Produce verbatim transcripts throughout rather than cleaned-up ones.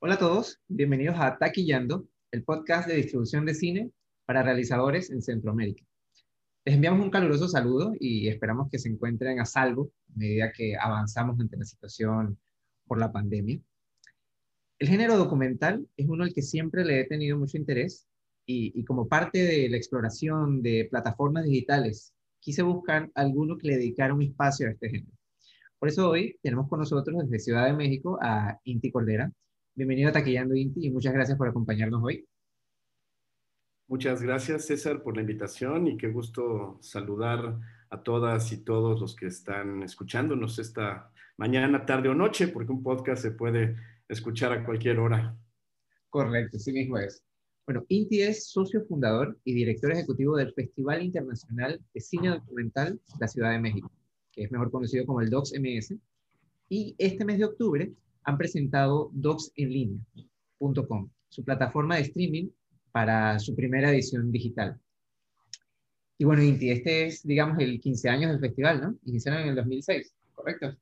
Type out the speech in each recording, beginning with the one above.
Hola a todos, bienvenidos a Taquillando, el podcast de distribución de cine para realizadores en Centroamérica. Les enviamos un caluroso saludo y esperamos que se encuentren a salvo a medida que avanzamos ante la situación por la pandemia. El género documental es uno al que siempre le he tenido mucho interés y, y como parte de la exploración de plataformas digitales, quise buscar alguno que le dedicara un espacio a este género. Por eso hoy tenemos con nosotros desde Ciudad de México a Inti Cordera. Bienvenido a Taquillando, Inti, y muchas gracias por acompañarnos hoy. Muchas gracias, César, por la invitación y qué gusto saludar a todas y todos los que están escuchándonos esta mañana, tarde o noche, porque un podcast se puede escuchar a cualquier hora. Correcto, sí mismo es. Bueno, Inti es socio fundador y director ejecutivo del Festival Internacional de Cine Documental La Ciudad de México, que es mejor conocido como el Docs M S, y este mes de octubre han presentado docs en línea punto com, su plataforma de streaming para su primera edición digital. Y bueno, Inti, este es, digamos, el quince años del festival, ¿no? Iniciaron en el dos mil seis, ¿correcto?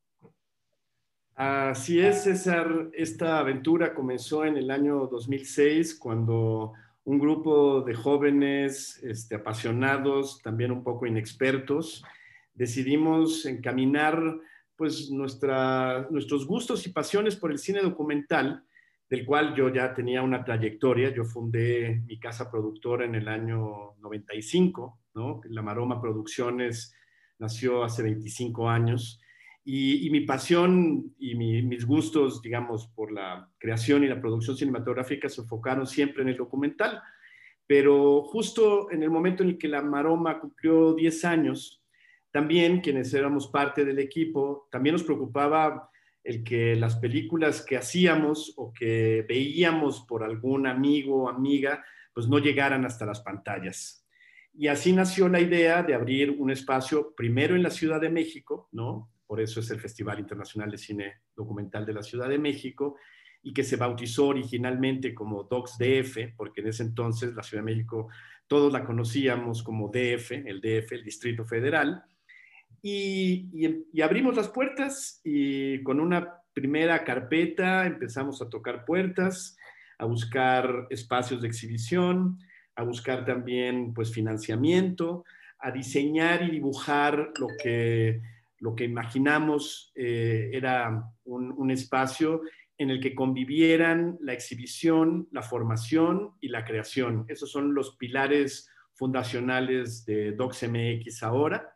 Así es, César. Esta aventura comenzó en el año dos mil seis, cuando un grupo de jóvenes este, apasionados, también un poco inexpertos, decidimos encaminar pues, nuestra, nuestros gustos y pasiones por el cine documental, del cual yo ya tenía una trayectoria. Yo fundé mi casa productora en el año noventa y cinco, ¿no? La Maroma Producciones nació hace veinticinco años. Y, y mi pasión y mi, mis gustos, digamos, por la creación y la producción cinematográfica se enfocaron siempre en el documental. Pero justo en el momento en el que la Maroma cumplió diez años, también quienes éramos parte del equipo, también nos preocupaba el que las películas que hacíamos o que veíamos por algún amigo o amiga, pues no llegaran hasta las pantallas. Y así nació la idea de abrir un espacio primero en la Ciudad de México, ¿no? Por eso es el Festival Internacional de Cine Documental de la Ciudad de México, y que se bautizó originalmente como Docs D F, porque en ese entonces la Ciudad de México todos la conocíamos como D F, el D F, el Distrito Federal, y, y, y abrimos las puertas y con una primera carpeta empezamos a tocar puertas, a buscar espacios de exhibición, a buscar también pues financiamiento, a diseñar y dibujar lo que, lo que imaginamos eh, era un, un espacio en el que convivieran la exhibición, la formación y la creación. Esos son los pilares fundacionales de Docs M X ahora.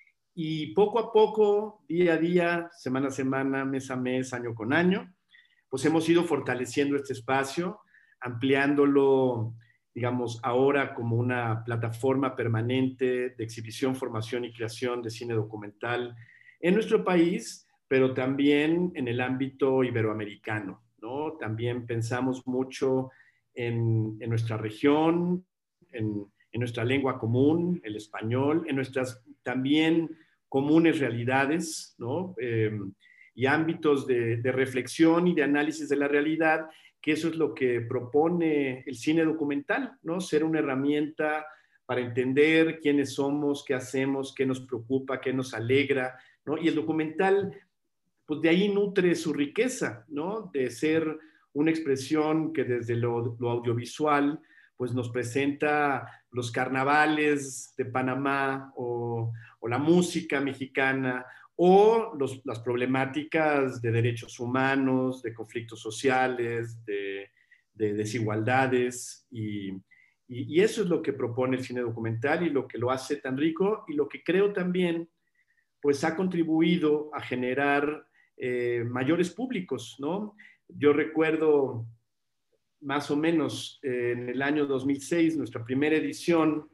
Y poco a poco, día a día, semana a semana, mes a mes, año con año, pues hemos ido fortaleciendo este espacio, ampliándolo, digamos, ahora como una plataforma permanente de exhibición, formación y creación de cine documental en nuestro país, pero también en el ámbito iberoamericano, ¿no? También pensamos mucho en, en nuestra región, en, en nuestra lengua común, el español, en nuestras también comunes realidades, ¿no? Eh, y ámbitos de, de reflexión y de análisis de la realidad, que eso es lo que propone el cine documental, ¿no? Ser una herramienta para entender quiénes somos, qué hacemos, qué nos preocupa, qué nos alegra, ¿no? Y el documental, pues de ahí nutre su riqueza, ¿no? De ser una expresión que desde lo, lo audiovisual, pues nos presenta los carnavales de Panamá o, o la música mexicana o los, las problemáticas de derechos humanos, de conflictos sociales, de, de desigualdades y, y, y eso es lo que propone el cine documental y lo que lo hace tan rico y lo que creo también pues ha contribuido a generar eh, mayores públicos, ¿no? Yo recuerdo más o menos eh, en el año dos mil seis, nuestra primera edición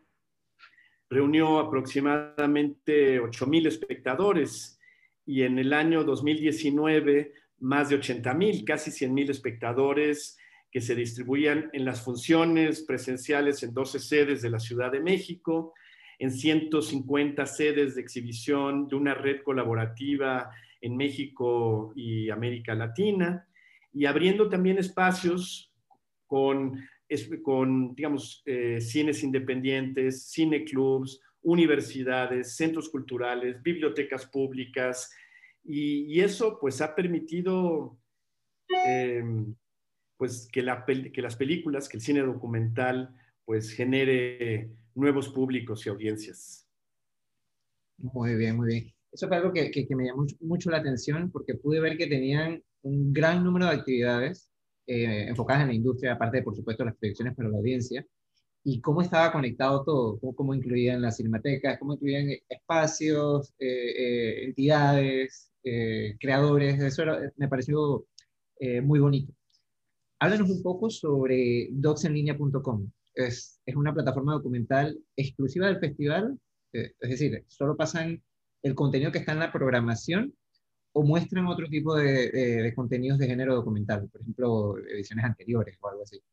reunió aproximadamente ocho mil espectadores y en el año dos mil diecinueve más de ochenta mil, casi cien mil espectadores que se distribuían en las funciones presenciales en doce sedes de la Ciudad de México, en ciento cincuenta sedes de exhibición de una red colaborativa en México y América Latina, y abriendo también espacios con, con digamos, eh, cines independientes, cineclubs, universidades, centros culturales, bibliotecas públicas, y, y eso pues ha permitido eh, pues que, la, que las películas, que el cine documental, pues genere nuevos públicos y audiencias. Muy bien, muy bien. Eso fue algo que, que, que me llamó mucho, mucho la atención porque pude ver que tenían un gran número de actividades eh, enfocadas en la industria, aparte de, por supuesto, las proyecciones para la audiencia, y cómo estaba conectado todo, cómo, cómo incluían las cinematecas, cómo incluían espacios, eh, eh, entidades, eh, creadores. Eso era- me pareció eh, muy bonito. Háblanos un poco sobre docs en línea punto com. Es, es una plataforma documental exclusiva del festival, eh, es decir, solo pasan el contenido que está en la programación o muestran otro tipo de, de- de contenidos de género documental, por ejemplo, ediciones anteriores o algo así.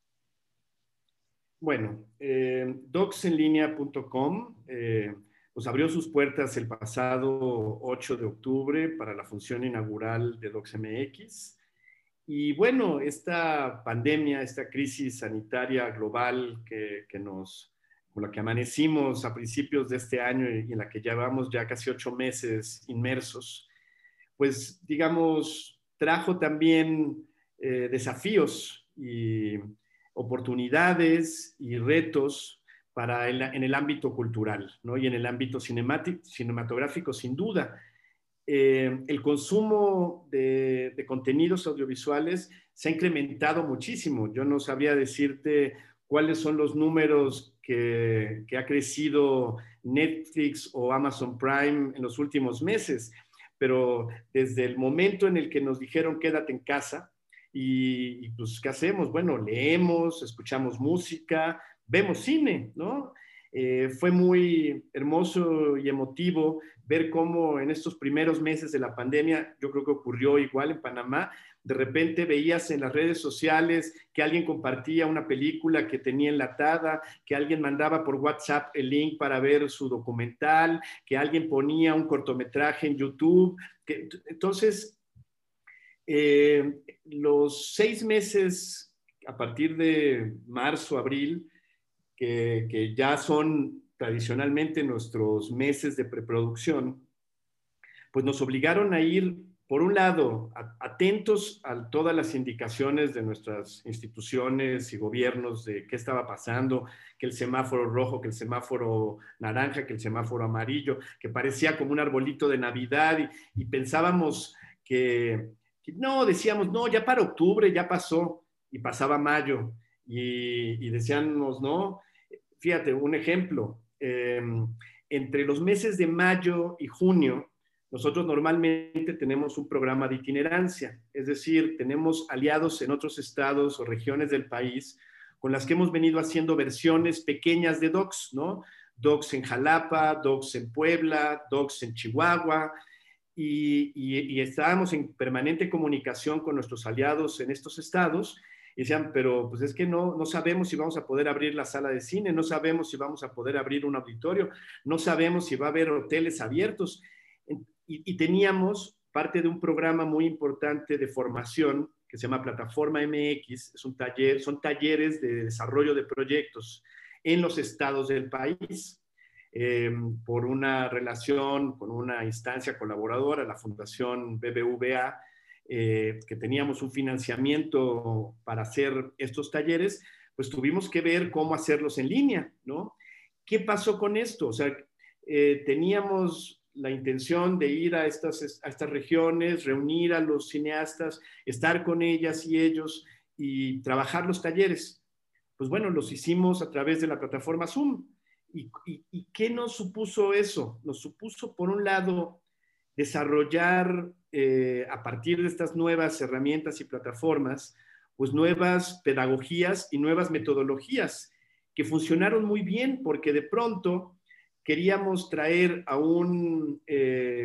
Bueno, eh, docs en línea punto com eh, pues abrió sus puertas el pasado ocho de octubre para la función inaugural de DocsMX. Y bueno, esta pandemia, esta crisis sanitaria global que, que nos, con la que amanecimos a principios de este año y en la que llevamos ya casi ocho meses inmersos, pues digamos, trajo también eh, desafíos y oportunidades y retos para el, en el ámbito cultural, ¿no? Y en el ámbito cinematográfico, sin duda. Eh, el consumo de, de, contenidos audiovisuales se ha incrementado muchísimo. Yo no sabría decirte cuáles son los números que, que ha crecido Netflix o Amazon Prime en los últimos meses, pero desde el momento en el que nos dijeron quédate en casa, y, y pues, ¿qué hacemos? Bueno, leemos, escuchamos música, vemos cine, ¿no? Eh, fue muy hermoso y emotivo ver cómo en estos primeros meses de la pandemia, yo creo que ocurrió igual en Panamá, de repente veías en las redes sociales que alguien compartía una película que tenía enlatada, que alguien mandaba por WhatsApp el link para ver su documental, que alguien ponía un cortometraje en YouTube. Que, entonces, eh, los seis meses a partir de marzo, abril, que, que ya son tradicionalmente nuestros meses de preproducción, pues nos obligaron a ir, por un lado, atentos a todas las indicaciones de nuestras instituciones y gobiernos de qué estaba pasando, que el semáforo rojo, que el semáforo naranja, que el semáforo amarillo, que parecía como un arbolito de Navidad y, y pensábamos que, que, no, decíamos, no, ya para octubre ya pasó y pasaba mayo y, y decíamos, no, fíjate, un ejemplo, eh, entre los meses de mayo y junio, nosotros normalmente tenemos un programa de itinerancia, es decir, tenemos aliados en otros estados o regiones del país con las que hemos venido haciendo versiones pequeñas de docs, ¿no? Docs en Jalapa, docs en Puebla, docs en Chihuahua, y, y, y estábamos en permanente comunicación con nuestros aliados en estos estados, y decían, pero pues es que no, no sabemos si vamos a poder abrir la sala de cine, no sabemos si vamos a poder abrir un auditorio, no sabemos si va a haber hoteles abiertos. Y, y teníamos parte de un programa muy importante de formación que se llama Plataforma M X, es un taller, son talleres de desarrollo de proyectos en los estados del país, eh, por una relación con una instancia colaboradora, la Fundación B B V A, eh, que teníamos un financiamiento para hacer estos talleres, pues tuvimos que ver cómo hacerlos en línea, ¿no? ¿Qué pasó con esto? O sea, eh, teníamos la intención de ir a estas, a estas regiones, reunir a los cineastas, estar con ellas y ellos y trabajar los talleres. Pues bueno, los hicimos a través de la plataforma Zoom. ¿Y, y, y qué nos supuso eso? Nos supuso, por un lado, desarrollar eh, a partir de estas nuevas herramientas y plataformas, pues nuevas pedagogías y nuevas metodologías que funcionaron muy bien porque de pronto queríamos traer a un eh,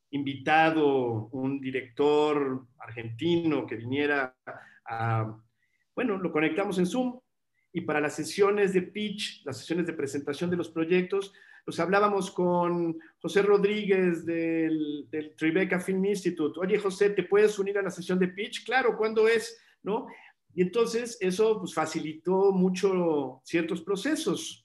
invitado, un director argentino que viniera a, bueno, lo conectamos en Zoom y para las sesiones de pitch, las sesiones de presentación de los proyectos, pues hablábamos con José Rodríguez del, del Tribeca Film Institute. Oye, José, ¿te puedes unir a la sesión de pitch? Claro, ¿cuándo es? ¿No? Y entonces eso pues, facilitó mucho ciertos procesos.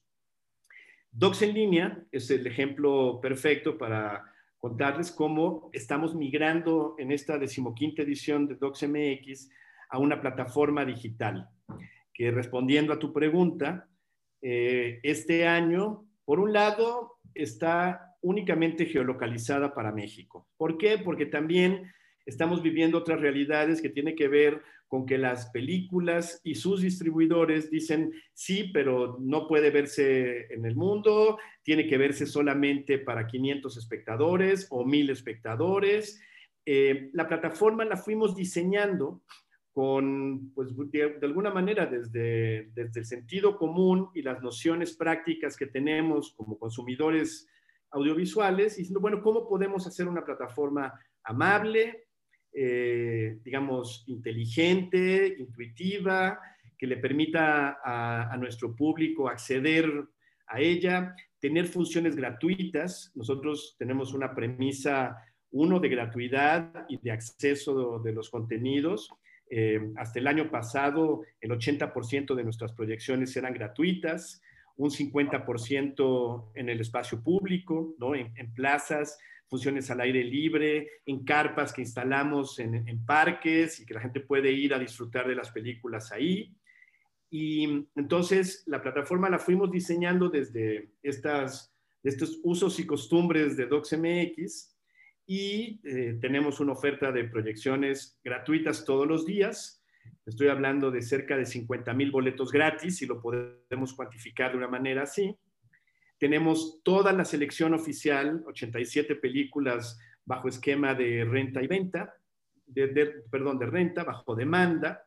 Docs en línea es el ejemplo perfecto para contarles cómo estamos migrando en esta decimoquinta edición de Docs M X a una plataforma digital. Que respondiendo a tu pregunta, eh, este año, por un lado, está únicamente geolocalizada para México. ¿Por qué? Porque también estamos viviendo otras realidades que tienen que ver con que las películas y sus distribuidores dicen, sí, pero no puede verse en el mundo, tiene que verse solamente para quinientos espectadores o mil espectadores. Eh, la plataforma la fuimos diseñando con, pues, de, de alguna manera, desde, desde el sentido común y las nociones prácticas que tenemos como consumidores audiovisuales, diciendo, bueno, ¿cómo podemos hacer una plataforma amable, eh, digamos, inteligente, intuitiva, que le permita a, a nuestro público acceder a ella, tener funciones gratuitas? Nosotros tenemos una premisa, uno, de gratuidad y de acceso de, de los contenidos. Eh, hasta el año pasado, el ochenta por ciento de nuestras proyecciones eran gratuitas, un cincuenta por ciento en el espacio público, ¿no? en, en plazas, funciones al aire libre, en carpas que instalamos en, en parques y que la gente puede ir a disfrutar de las películas ahí. Y entonces la plataforma la fuimos diseñando desde estas, estos usos y costumbres de DocsMX, y eh, tenemos una oferta de proyecciones gratuitas todos los días. Estoy hablando de cerca de cincuenta mil boletos gratis, si lo podemos cuantificar de una manera así. Tenemos toda la selección oficial, ochenta y siete películas bajo esquema de renta y venta, de, de, perdón, de renta, bajo demanda.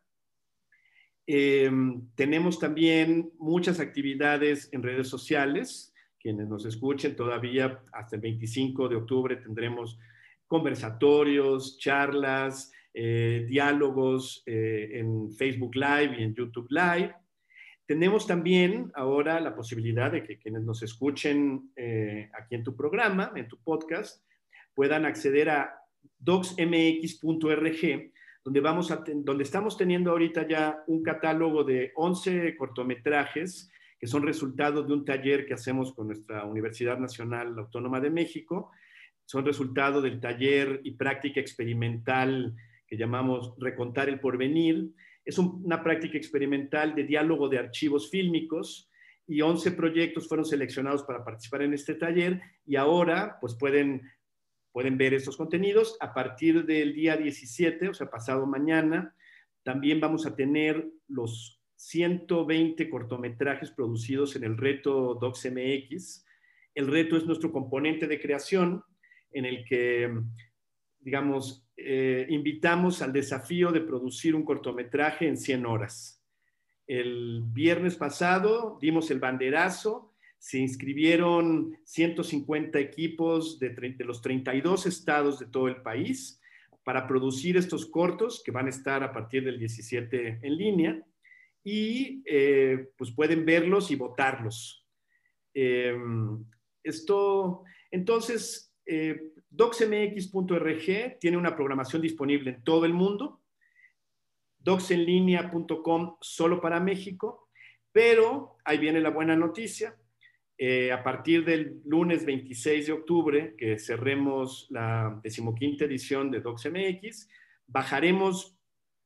Eh, tenemos también muchas actividades en redes sociales. Quienes nos escuchen, todavía hasta el veinticinco de octubre tendremos conversatorios, charlas, eh, diálogos eh, en Facebook Live y en YouTube Live. Tenemos también ahora la posibilidad de que quienes nos escuchen eh, aquí en tu programa, en tu podcast, puedan acceder a docsmx punto org, donde, vamos a donde estamos teniendo ahorita ya un catálogo de once cortometrajes que son resultados de un taller que hacemos con nuestra Universidad Nacional Autónoma de México. Son resultado del taller y práctica experimental que llamamos Recontar el Porvenir. Es un, una práctica experimental de diálogo de archivos fílmicos, y once proyectos fueron seleccionados para participar en este taller, y ahora pues pueden, pueden ver estos contenidos. A partir del día diecisiete, o sea, pasado mañana, también vamos a tener los ciento veinte cortometrajes producidos en el reto DocsMX. El reto es nuestro componente de creación, en el que, digamos, eh, invitamos al desafío de producir un cortometraje en cien horas. El viernes pasado dimos el banderazo, se inscribieron ciento cincuenta equipos de, de los treinta y dos estados de todo el país para producir estos cortos, que van a estar a partir del diecisiete en línea, y eh, pues pueden verlos y votarlos. Eh, esto, entonces, eh, docsmx punto org tiene una programación disponible en todo el mundo, docs en línea punto com solo para México, pero ahí viene la buena noticia. Eh, a partir del lunes veintiséis de octubre, que cerremos la decimoquinta edición de DocsMX, bajaremos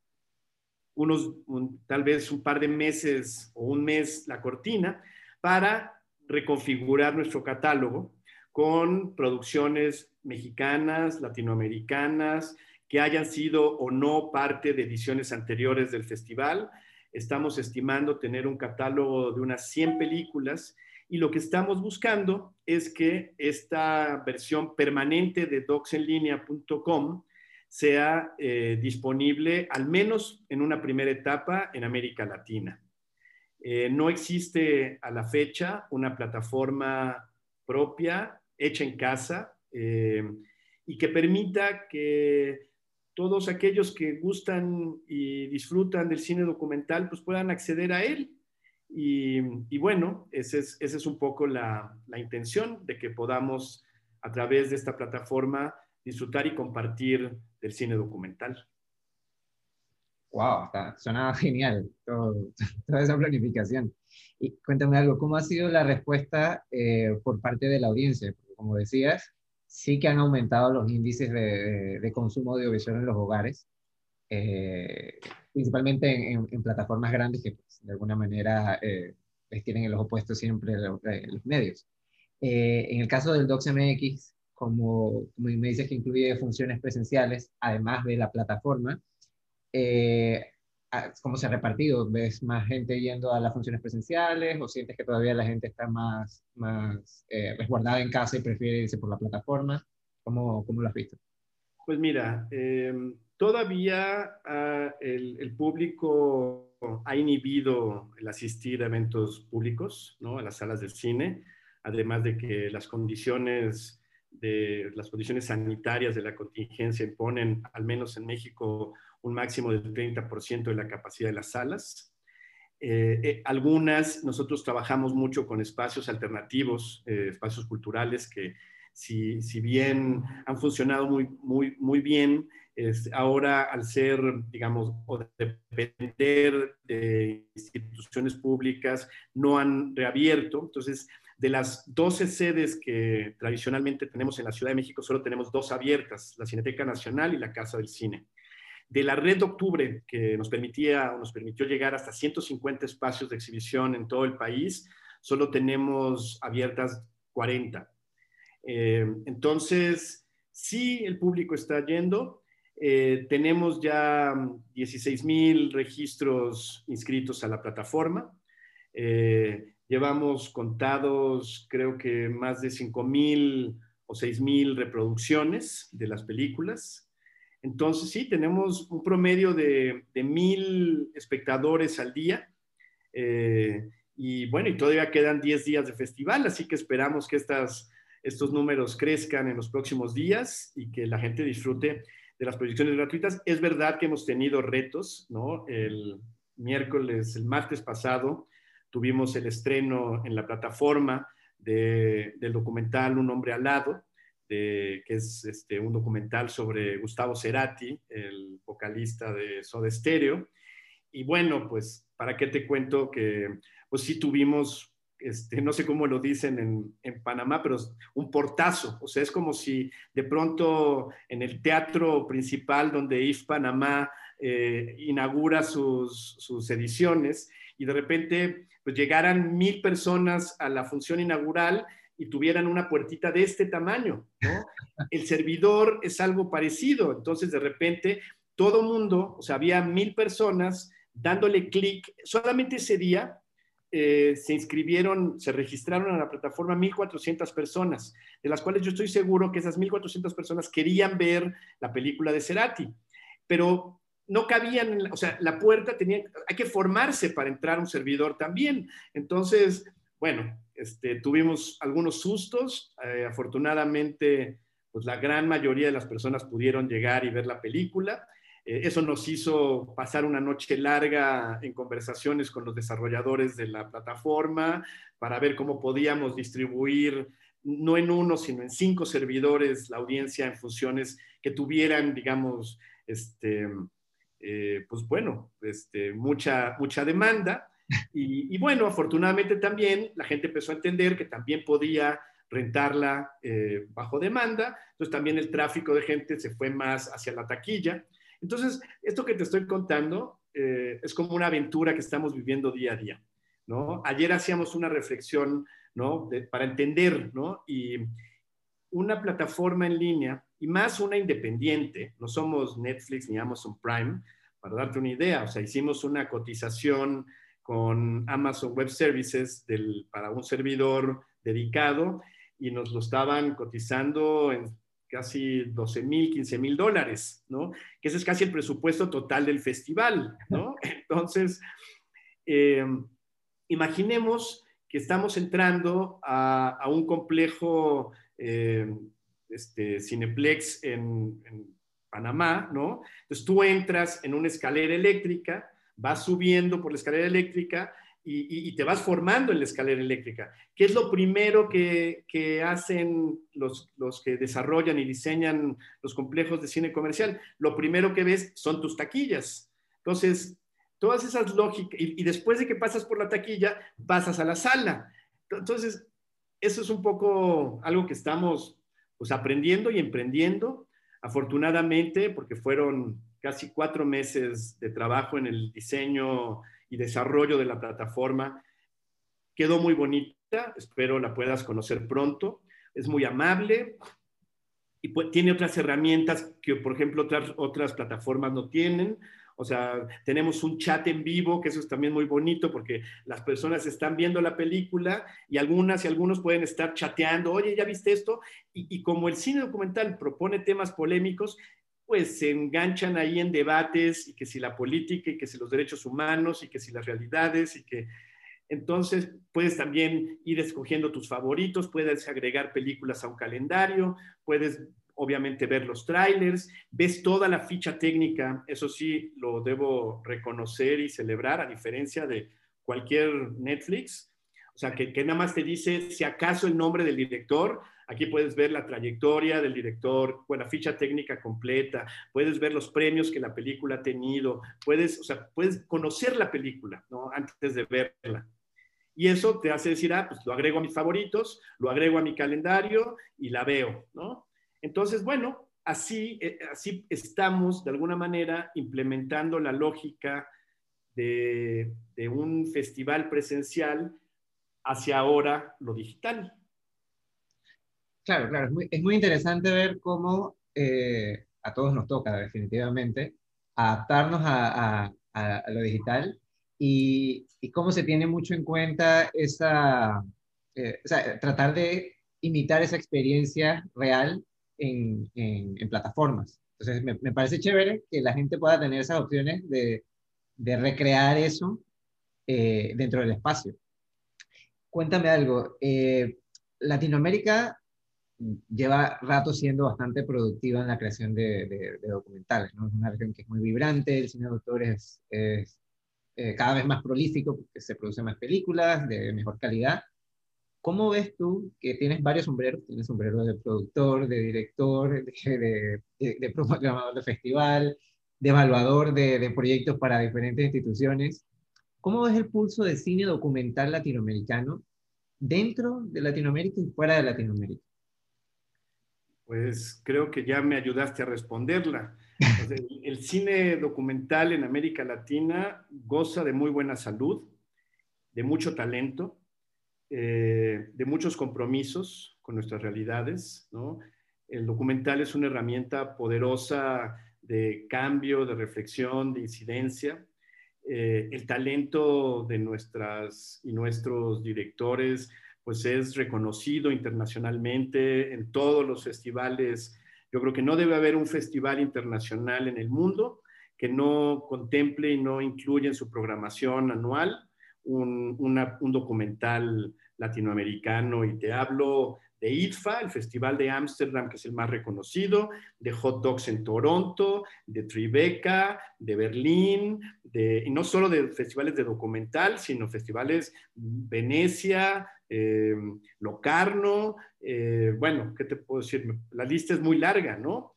unos, un, tal vez un par de meses o un mes la cortina para reconfigurar nuestro catálogo con producciones mexicanas, latinoamericanas, que hayan sido o no parte de ediciones anteriores del festival. Estamos estimando tener un catálogo de unas cien películas, y lo que estamos buscando es que esta versión permanente de docs en línea punto com sea eh, disponible al menos en una primera etapa en América Latina. Eh, no existe a la fecha una plataforma propia, hecha en casa, eh, y que permita que todos aquellos que gustan y disfrutan del cine documental pues puedan acceder a él. Y, y bueno, esa es, ese es un poco la, la intención, de que podamos a través de esta plataforma disfrutar y compartir del cine documental. Wow, está, suena genial todo, toda esa planificación. Y cuéntame algo, ¿cómo ha sido la respuesta eh, por parte de la audiencia? Porque como decías, sí que han aumentado los índices de, de, de consumo audiovisual en los hogares. Eh, principalmente en, en- en plataformas grandes que pues, de alguna manera eh, les tienen el ojo puesto siempre lo- eh, los medios. Eh, en el caso del DocsMX, como, como me dices que incluye funciones presenciales, además de la plataforma, eh, a- ¿cómo se ha repartido? ¿Ves más gente yendo a las funciones presenciales o sientes que todavía la gente está más, más eh, resguardada en casa y prefiere irse por la plataforma? ¿Cómo, cómo lo has visto? Pues mira, eh, todavía ah, el, el público ha inhibido el asistir a eventos públicos, ¿no? A las salas de cine, además de que las condiciones, de, las condiciones sanitarias de la contingencia imponen, al menos en México, un máximo del treinta por ciento de la capacidad de las salas. Eh, eh, algunas, nosotros trabajamos mucho con espacios alternativos, eh, espacios culturales que si, si, bien han funcionado muy, muy, muy bien, es, ahora al ser, digamos, o depender de instituciones públicas, no han reabierto. Entonces, de las doce sedes que tradicionalmente tenemos en la Ciudad de México, solo tenemos dos abiertas, la Cineteca Nacional y la Casa del Cine. De la red de octubre, que nos permitía o nos permitió llegar hasta ciento cincuenta espacios de exhibición en todo el país, solo tenemos abiertas cuarenta. Eh, entonces, sí, el público está yendo. Eh, tenemos ya dieciséis mil registros inscritos a la plataforma. Eh, llevamos contados, creo que más de cinco mil o seis mil reproducciones de las películas. Entonces, sí, tenemos un promedio de, de mil espectadores al día. Eh, y bueno, y todavía quedan diez días de festival, así que esperamos que estas, estos números crezcan en los próximos días y que la gente disfrute de las proyecciones gratuitas. Es verdad que hemos tenido retos, ¿no? El miércoles, el martes pasado, tuvimos el estreno en la plataforma de, del documental Un hombre al lado, de, que es este, un documental sobre Gustavo Cerati, el vocalista de Soda Stereo. Y bueno, pues, ¿para qué te cuento que pues sí tuvimos, este, no sé cómo lo dicen en, en Panamá, pero un portazo? O sea, es como si de pronto en el teatro principal donde I F Panamá eh, inaugura sus, sus ediciones y de repente pues llegaran mil personas a la función inaugural y tuvieran una puertita de este tamaño, ¿no? El servidor es algo parecido, entonces de repente todo mundo, o sea, había mil personas dándole clic. Solamente ese día eh, se inscribieron, se registraron a la plataforma mil cuatrocientas personas, de las cuales yo estoy seguro que esas mil cuatrocientas personas querían ver la película de Cerati, pero no cabían, en la, o sea, la puerta tenía, hay que formarse para entrar a un servidor también. Entonces, bueno, este, tuvimos algunos sustos, eh, afortunadamente, pues la gran mayoría de las personas pudieron llegar y ver la película. Eh, eso nos hizo pasar una noche larga en conversaciones con los desarrolladores de la plataforma para ver cómo podíamos distribuir, no en uno, sino en cinco servidores, la audiencia en funciones que tuvieran, digamos, este, eh, pues bueno, este, mucha, mucha demanda. Y, y, bueno, afortunadamente también la gente empezó a entender que también podía rentarla eh, bajo demanda, entonces también el tráfico de gente se fue más hacia la taquilla. Entonces, esto que te estoy contando eh, es como una aventura que estamos viviendo día a día, ¿no? Ayer hacíamos una reflexión, ¿no? De, para entender, ¿no? Y una plataforma en línea, y más una independiente, no somos Netflix ni Amazon Prime, para darte una idea, o sea, hicimos una cotización con Amazon Web Services del, para un servidor dedicado y nos lo estaban cotizando en casi doce mil, quince mil dólares, ¿no? Que ese es casi el presupuesto total del festival, ¿no? Entonces, eh, imaginemos que estamos entrando a, a un complejo eh, este, Cineplex en, en Panamá, ¿no? Entonces tú entras en una escalera eléctrica, vas subiendo por la escalera eléctrica y, y, y te vas formando en la escalera eléctrica. ¿Qué es lo primero que, que hacen los, los que desarrollan y diseñan los complejos de cine comercial? Lo primero que ves son tus taquillas. Entonces, todas esas lógicas, y, y después de que pasas por la taquilla, pasas a la sala. Entonces, eso es un poco algo que estamos pues aprendiendo y emprendiendo, afortunadamente, porque fueron casi cuatro meses de trabajo en el diseño y desarrollo de la plataforma. Quedó muy bonita, espero la puedas conocer pronto. Es muy amable y pues, tiene otras herramientas que, por ejemplo, otras, otras plataformas no tienen. O sea, tenemos un chat en vivo, que eso es también muy bonito porque las personas están viendo la película y algunas y algunos pueden estar chateando, oye, ¿ya viste esto? Y, y como el cine documental propone temas polémicos, pues se enganchan ahí en debates y que si la política y que si los derechos humanos y que si las realidades y que entonces, puedes también ir escogiendo tus favoritos, puedes agregar películas a un calendario, puedes obviamente ver los trailers, ves toda la ficha técnica, eso sí lo debo reconocer y celebrar, a diferencia de cualquier Netflix, o sea, que, que nada más te dice si acaso el nombre del director, aquí puedes ver la trayectoria del director, bueno, la ficha técnica completa, puedes ver los premios que la película ha tenido, puedes, o sea, puedes conocer la película, ¿no? Antes de verla. Y eso te hace decir, ah, pues lo agrego a mis favoritos, lo agrego a mi calendario y la veo, ¿no? Entonces, bueno, así, eh, así estamos de alguna manera implementando la lógica de, de un festival presencial hacia ahora lo digital. Claro, claro, es muy, es muy interesante ver cómo eh, a todos nos toca definitivamente adaptarnos a, a- a- a lo digital y, y cómo se tiene mucho en cuenta esa, eh, o sea, tratar de imitar esa experiencia real en, en- en plataformas. Entonces, me, me parece chévere que la gente pueda tener esas opciones de, de recrear eso eh, dentro del espacio. Cuéntame algo. eh, Latinoamérica lleva rato siendo bastante productiva en la creación de, de- de documentales, ¿no? Es una región que es muy vibrante, el cine de autor es, es, eh, cada vez más prolífico porque se producen más películas de mejor calidad. ¿Cómo ves tú que tienes varios sombreros? Tienes sombrero de productor, de director, de, de, de, de programador de festival, de evaluador de, de proyectos para diferentes instituciones. ¿Cómo ves el pulso de cine documental latinoamericano dentro de Latinoamérica y fuera de Latinoamérica? Pues creo que ya me ayudaste a responderla. O sea, el, el cine documental en América Latina goza de muy buena salud, de mucho talento, eh, de muchos compromisos con nuestras realidades, ¿no? El documental es una herramienta poderosa de cambio, de reflexión, de incidencia. Eh, el talento de nuestras y nuestros directores pues es reconocido internacionalmente en todos los festivales. Yo creo que no debe haber un festival internacional en el mundo que no contemple y no incluya en su programación anual un, una, un documental latinoamericano. Y te hablo de I T F A, el Festival de Ámsterdam, que es el más reconocido, de Hot Dogs en Toronto, de Tribeca, de Berlín, de, y no solo de festivales de documental, sino festivales Venecia, eh, Locarno, eh, bueno, ¿qué te puedo decir? La lista es muy larga, ¿no?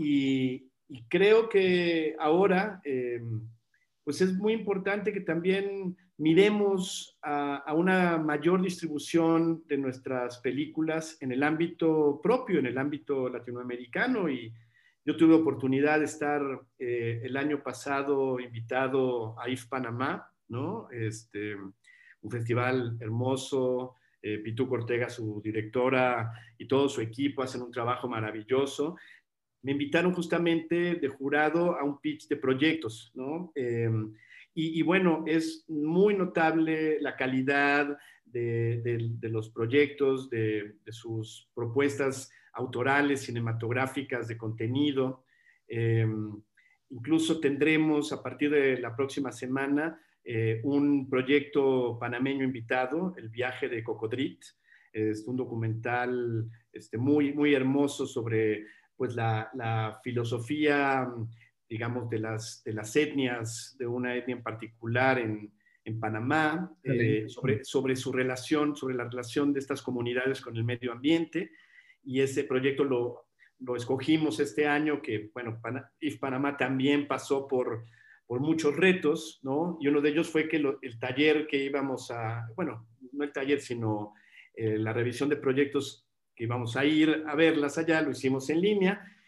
Y, y creo que ahora, eh, pues es muy importante que también miremos a, a, una mayor distribución de nuestras películas en el ámbito propio, en el ámbito latinoamericano. Y yo tuve oportunidad de estar eh, el año pasado invitado a I F Panamá, ¿no? Este, un festival hermoso. Eh, Pitu Ortega, su directora, y todo su equipo hacen un trabajo maravilloso. Me invitaron justamente de jurado a un pitch de proyectos, ¿no? Eh, y, y, bueno, es muy notable la calidad de, de, de los proyectos, de, de, sus propuestas autorales, cinematográficas, de contenido. Eh, incluso tendremos a partir de la próxima semana eh, un proyecto panameño invitado, El viaje de Cocodrit. Es un documental este, muy, muy hermoso sobre pues la, la filosofía, digamos, de las, de las etnias, de una etnia en particular en, en Panamá, eh, sobre, sobre su relación, sobre la relación de estas comunidades con el medio ambiente. Y ese proyecto lo, lo escogimos este año, que, bueno, I F Panamá también pasó por, por muchos retos, ¿no? Y uno de ellos fue que lo, el taller que íbamos a, bueno, no el taller, sino eh, la revisión de proyectos que íbamos a ir a verlas allá, lo hicimos en línea,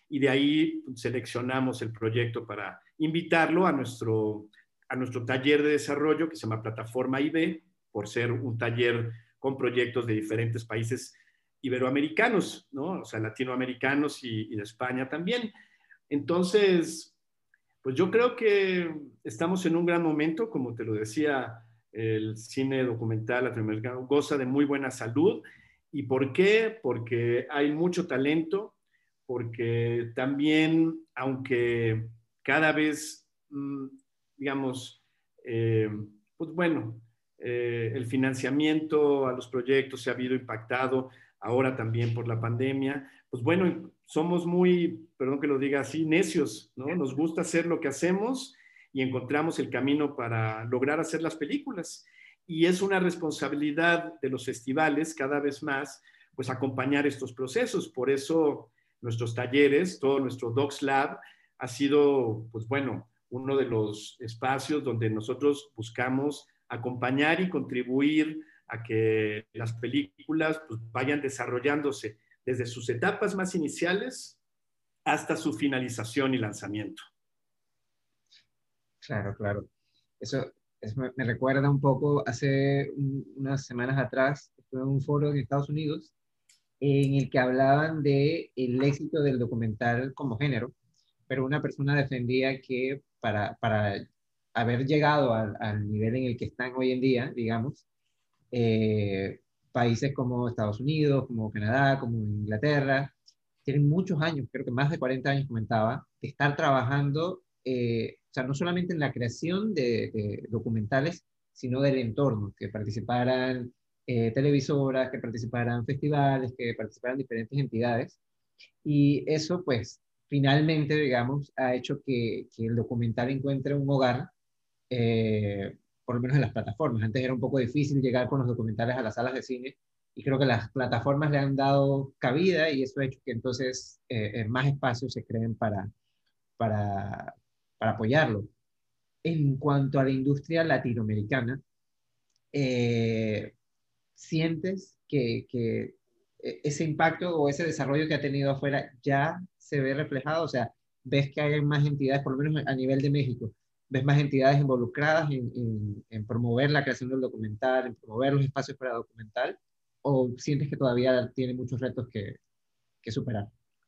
y de ahí seleccionamos el proyecto para invitarlo a nuestro, a nuestro taller de desarrollo que se llama Plataforma I B, por ser un taller con proyectos de diferentes países iberoamericanos, ¿no? O sea, latinoamericanos y, y de España también. Entonces, pues yo creo que estamos en un gran momento, como te lo decía, el cine documental latinoamericano goza de muy buena salud. ¿Y por qué? Porque hay mucho talento, porque también, aunque cada vez, digamos, eh, pues bueno, eh, el financiamiento a los proyectos se ha habido impactado ahora también por la pandemia, pues bueno, somos muy, perdón que lo diga así, necios, ¿no? Nos gusta hacer lo que hacemos y encontramos el camino para lograr hacer las películas. Y es una responsabilidad de los festivales cada vez más, pues acompañar estos procesos. Por eso nuestros talleres, todo nuestro Docs Lab ha sido, pues bueno, uno de los espacios donde nosotros buscamos acompañar y contribuir a que las películas pues, vayan desarrollándose desde sus etapas más iniciales hasta su finalización y lanzamiento. Claro, claro. Eso, eso me, me recuerda un poco, hace un, unas semanas atrás, estuve en un foro en Estados Unidos en el que hablaban de el éxito del documental como género, pero una persona defendía que para, para haber llegado al, al nivel en el que están hoy en día, digamos, eh, países como Estados Unidos, como Canadá, como Inglaterra, tienen muchos años, creo que más de cuarenta años comentaba, de estar trabajando, eh, o sea, no solamente en la creación de, de documentales, sino del entorno, que participaran eh, televisoras, que participaran festivales, que participaran diferentes entidades. Y eso, pues, finalmente, digamos, ha hecho que, que el documental encuentre un hogar, eh, por lo menos en las plataformas. Antes era un poco difícil llegar con los documentales a las salas de cine y creo que las plataformas le han dado cabida y eso ha hecho que entonces eh, más espacios se creen para, para, para apoyarlo. En cuanto a la industria latinoamericana, eh, ¿sientes que, que ese impacto o ese desarrollo que ha tenido afuera ya se ve reflejado? O sea, ¿ves que hay más entidades, por lo menos a nivel de México, ves más entidades involucradas en, en, en promover la creación del documental, en promover los espacios para documental? ¿O sientes que todavía tiene muchos retos que, que superar?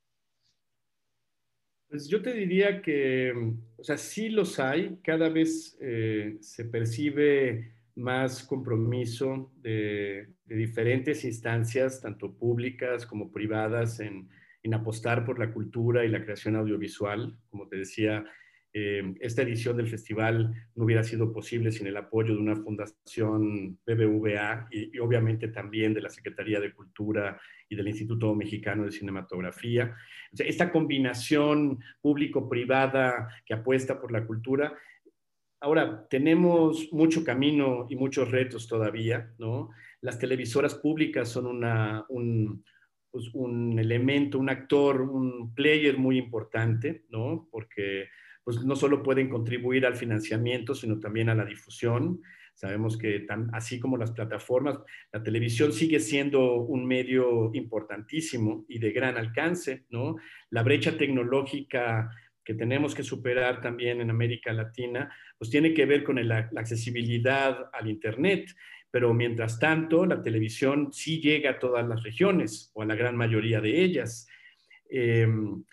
Pues yo te diría que, o sea, sí los hay, cada vez eh, se percibe más compromiso de, de, diferentes instancias, tanto públicas como privadas, en, en, apostar por la cultura y la creación audiovisual. Como te decía, eh, esta edición del festival no hubiera sido posible sin el apoyo de una fundación B B V A y, y obviamente también de la Secretaría de Cultura y del Instituto Mexicano de Cinematografía. O sea, esta combinación público-privada que apuesta por la cultura. Ahora, tenemos mucho camino y muchos retos todavía, ¿no? Las televisoras públicas son una, un, pues un elemento, un actor, un player muy importante, ¿no? Porque pues, no solo pueden contribuir al financiamiento, sino también a la difusión. Sabemos que tan, así como las plataformas, la televisión sigue siendo un medio importantísimo y de gran alcance, ¿no? La brecha tecnológica que tenemos que superar también en América Latina, pues tiene que ver con el, la accesibilidad al Internet, pero mientras tanto la televisión sí llega a todas las regiones o a la gran mayoría de ellas. Eh,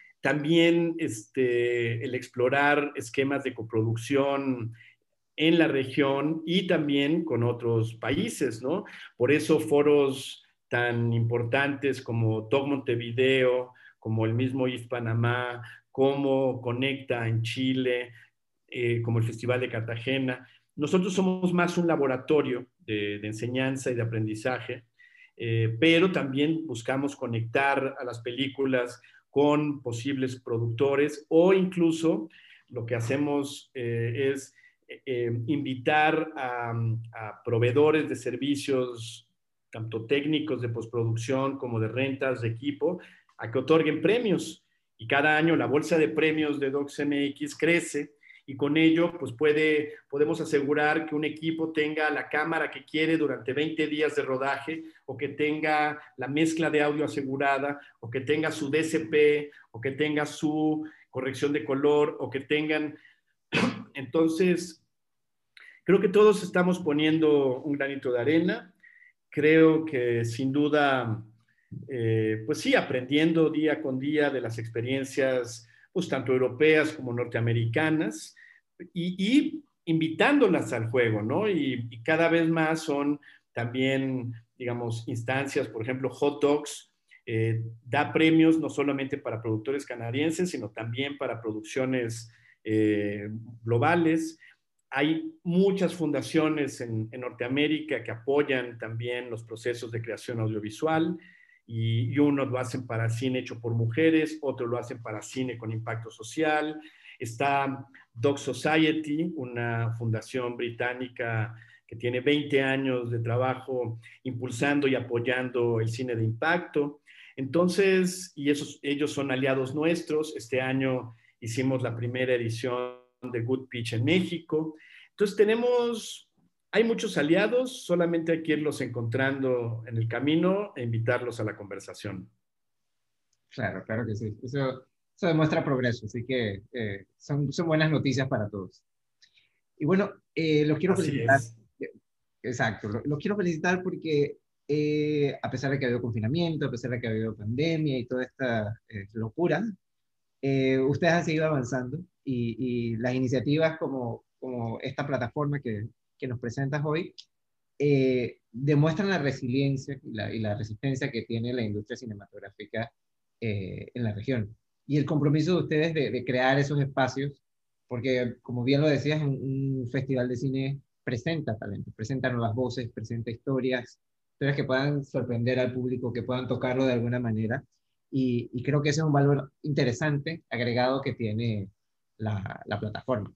también este, el explorar esquemas de coproducción en la región y también con otros países, ¿no? Por eso foros tan importantes como Doc Montevideo, como el mismo I F Panamá, como Conecta en Chile, eh, como el Festival de Cartagena. Nosotros somos más un laboratorio de, de enseñanza y de aprendizaje, eh, pero también buscamos conectar a las películas con posibles productores o incluso lo que hacemos eh, es eh, invitar a, a proveedores de servicios, tanto técnicos de postproducción como de rentas de equipo, a que otorguen premios. Y cada año la bolsa de premios de Docs M X crece y con ello pues puede, podemos asegurar que un equipo tenga la cámara que quiere durante veinte días de rodaje, o que tenga la mezcla de audio asegurada, o que tenga su D C P, o que tenga su corrección de color, o que tengan... Entonces, creo que todos estamos poniendo un granito de arena. Creo que sin duda, eh, pues sí, aprendiendo día con día de las experiencias, pues tanto europeas como norteamericanas, y, y invitándolas al juego, ¿no? Y, y cada vez más son también, digamos, instancias, por ejemplo, Hot Dogs eh, da premios no solamente para productores canadienses, sino también para producciones eh, globales. Hay muchas fundaciones en, en, Norteamérica que apoyan también los procesos de creación audiovisual, y, y unos lo hacen para cine hecho por mujeres, otros lo hacen para cine con impacto social. Está Doc Society, una fundación británica que tiene veinte años de trabajo impulsando y apoyando el cine de impacto. Entonces, y esos, ellos son aliados nuestros. Este año hicimos la primera edición de Good Pitch en México. Entonces tenemos, hay muchos aliados, solamente hay que irlos encontrando en el camino e invitarlos a la conversación. Claro, claro que sí. Eso, eso demuestra progreso, así que eh, son, son buenas noticias para todos. Y bueno, eh, los quiero Así felicitar. es. Exacto, los lo quiero felicitar porque eh, a pesar de que ha habido confinamiento, a pesar de que ha habido pandemia y toda esta eh, locura, eh, ustedes han seguido avanzando, y, y las iniciativas como, como esta plataforma que, que nos presentas hoy eh, demuestran la resiliencia y la, y la resistencia que tiene la industria cinematográfica eh, en la región. Y el compromiso de ustedes de, de crear esos espacios, porque como bien lo decías, un, un festival de cine presenta talento, presenta nuevas voces, presenta historias, historias que puedan sorprender al público, que puedan tocarlo de alguna manera. Y, y creo que ese es un valor interesante agregado que tiene la, la plataforma.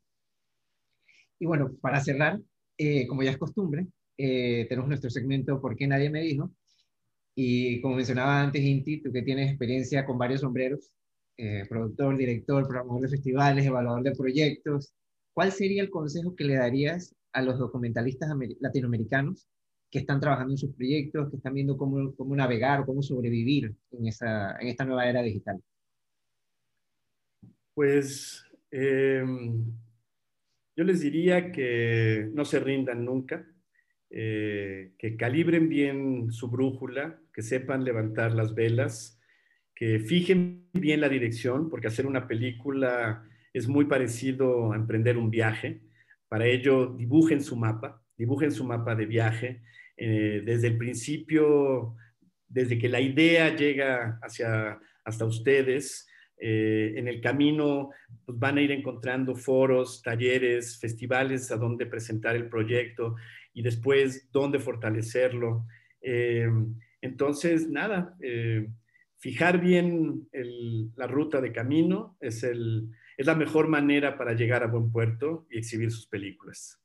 Y bueno, para cerrar, eh, como ya es costumbre, eh, tenemos nuestro segmento ¿Por qué nadie me dijo? Y como mencionaba antes, Inti, tú que tienes experiencia con varios sombreros, eh, productor, director, programador de festivales, evaluador de proyectos, ¿cuál sería el consejo que le darías a los documentalistas latinoamericanos que están trabajando en sus proyectos, que están viendo cómo, cómo navegar o cómo sobrevivir en, esa, en esta nueva era digital? Pues eh, yo les diría que no se rindan nunca, eh, que calibren bien su brújula, que sepan levantar las velas, que fijen bien la dirección, porque hacer una película es muy parecido a emprender un viaje. Para ello, dibujen su mapa, dibujen su mapa de viaje, eh, desde el principio, desde que la idea llega hacia, hasta ustedes. Eh, en el camino pues van a ir encontrando foros, talleres, festivales a donde presentar el proyecto, y después dónde fortalecerlo. Eh, entonces, nada, eh, fijar bien el, la ruta de camino es, el, es la mejor manera para llegar a buen puerto y exhibir sus películas.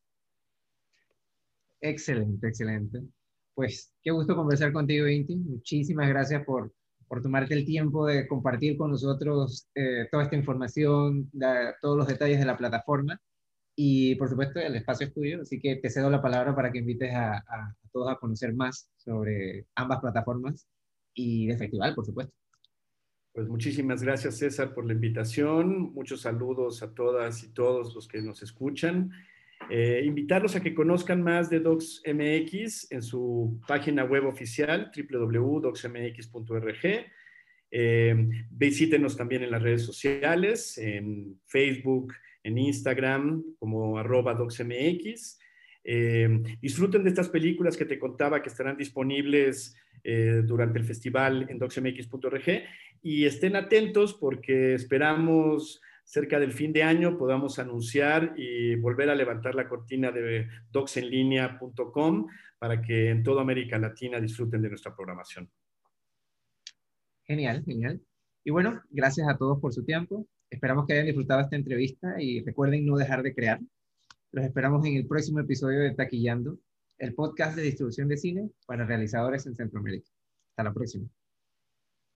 Excelente, excelente. Pues qué gusto conversar contigo, Inti. Muchísimas gracias por, por tomarte el tiempo de compartir con nosotros eh, toda esta información, la, todos los detalles de la plataforma. Y por supuesto, el espacio es tuyo, así que te cedo la palabra para que invites a, a, a todos a conocer más sobre ambas plataformas y el festival, por supuesto. Pues muchísimas gracias, César, por la invitación. Muchos saludos a todas y todos los que nos escuchan. Eh, invitarlos a que conozcan más de Docs M X en su página web oficial, doble u doble u doble u punto docs m x punto org. Eh, visítenos también en las redes sociales, en Facebook, en Instagram, como arroba docsmx. Eh, disfruten de estas películas que te contaba que estarán disponibles eh, durante el festival en docs m x punto org, y estén atentos porque esperamos cerca del fin de año podamos anunciar y volver a levantar la cortina de docs en línea punto com para que en toda América Latina disfruten de nuestra programación. Genial, genial. Y bueno, gracias a todos por su tiempo. Esperamos que hayan disfrutado esta entrevista y recuerden no dejar de crear. Los esperamos en el próximo episodio de Taquillando, el podcast de distribución de cine para realizadores en Centroamérica. Hasta la próxima.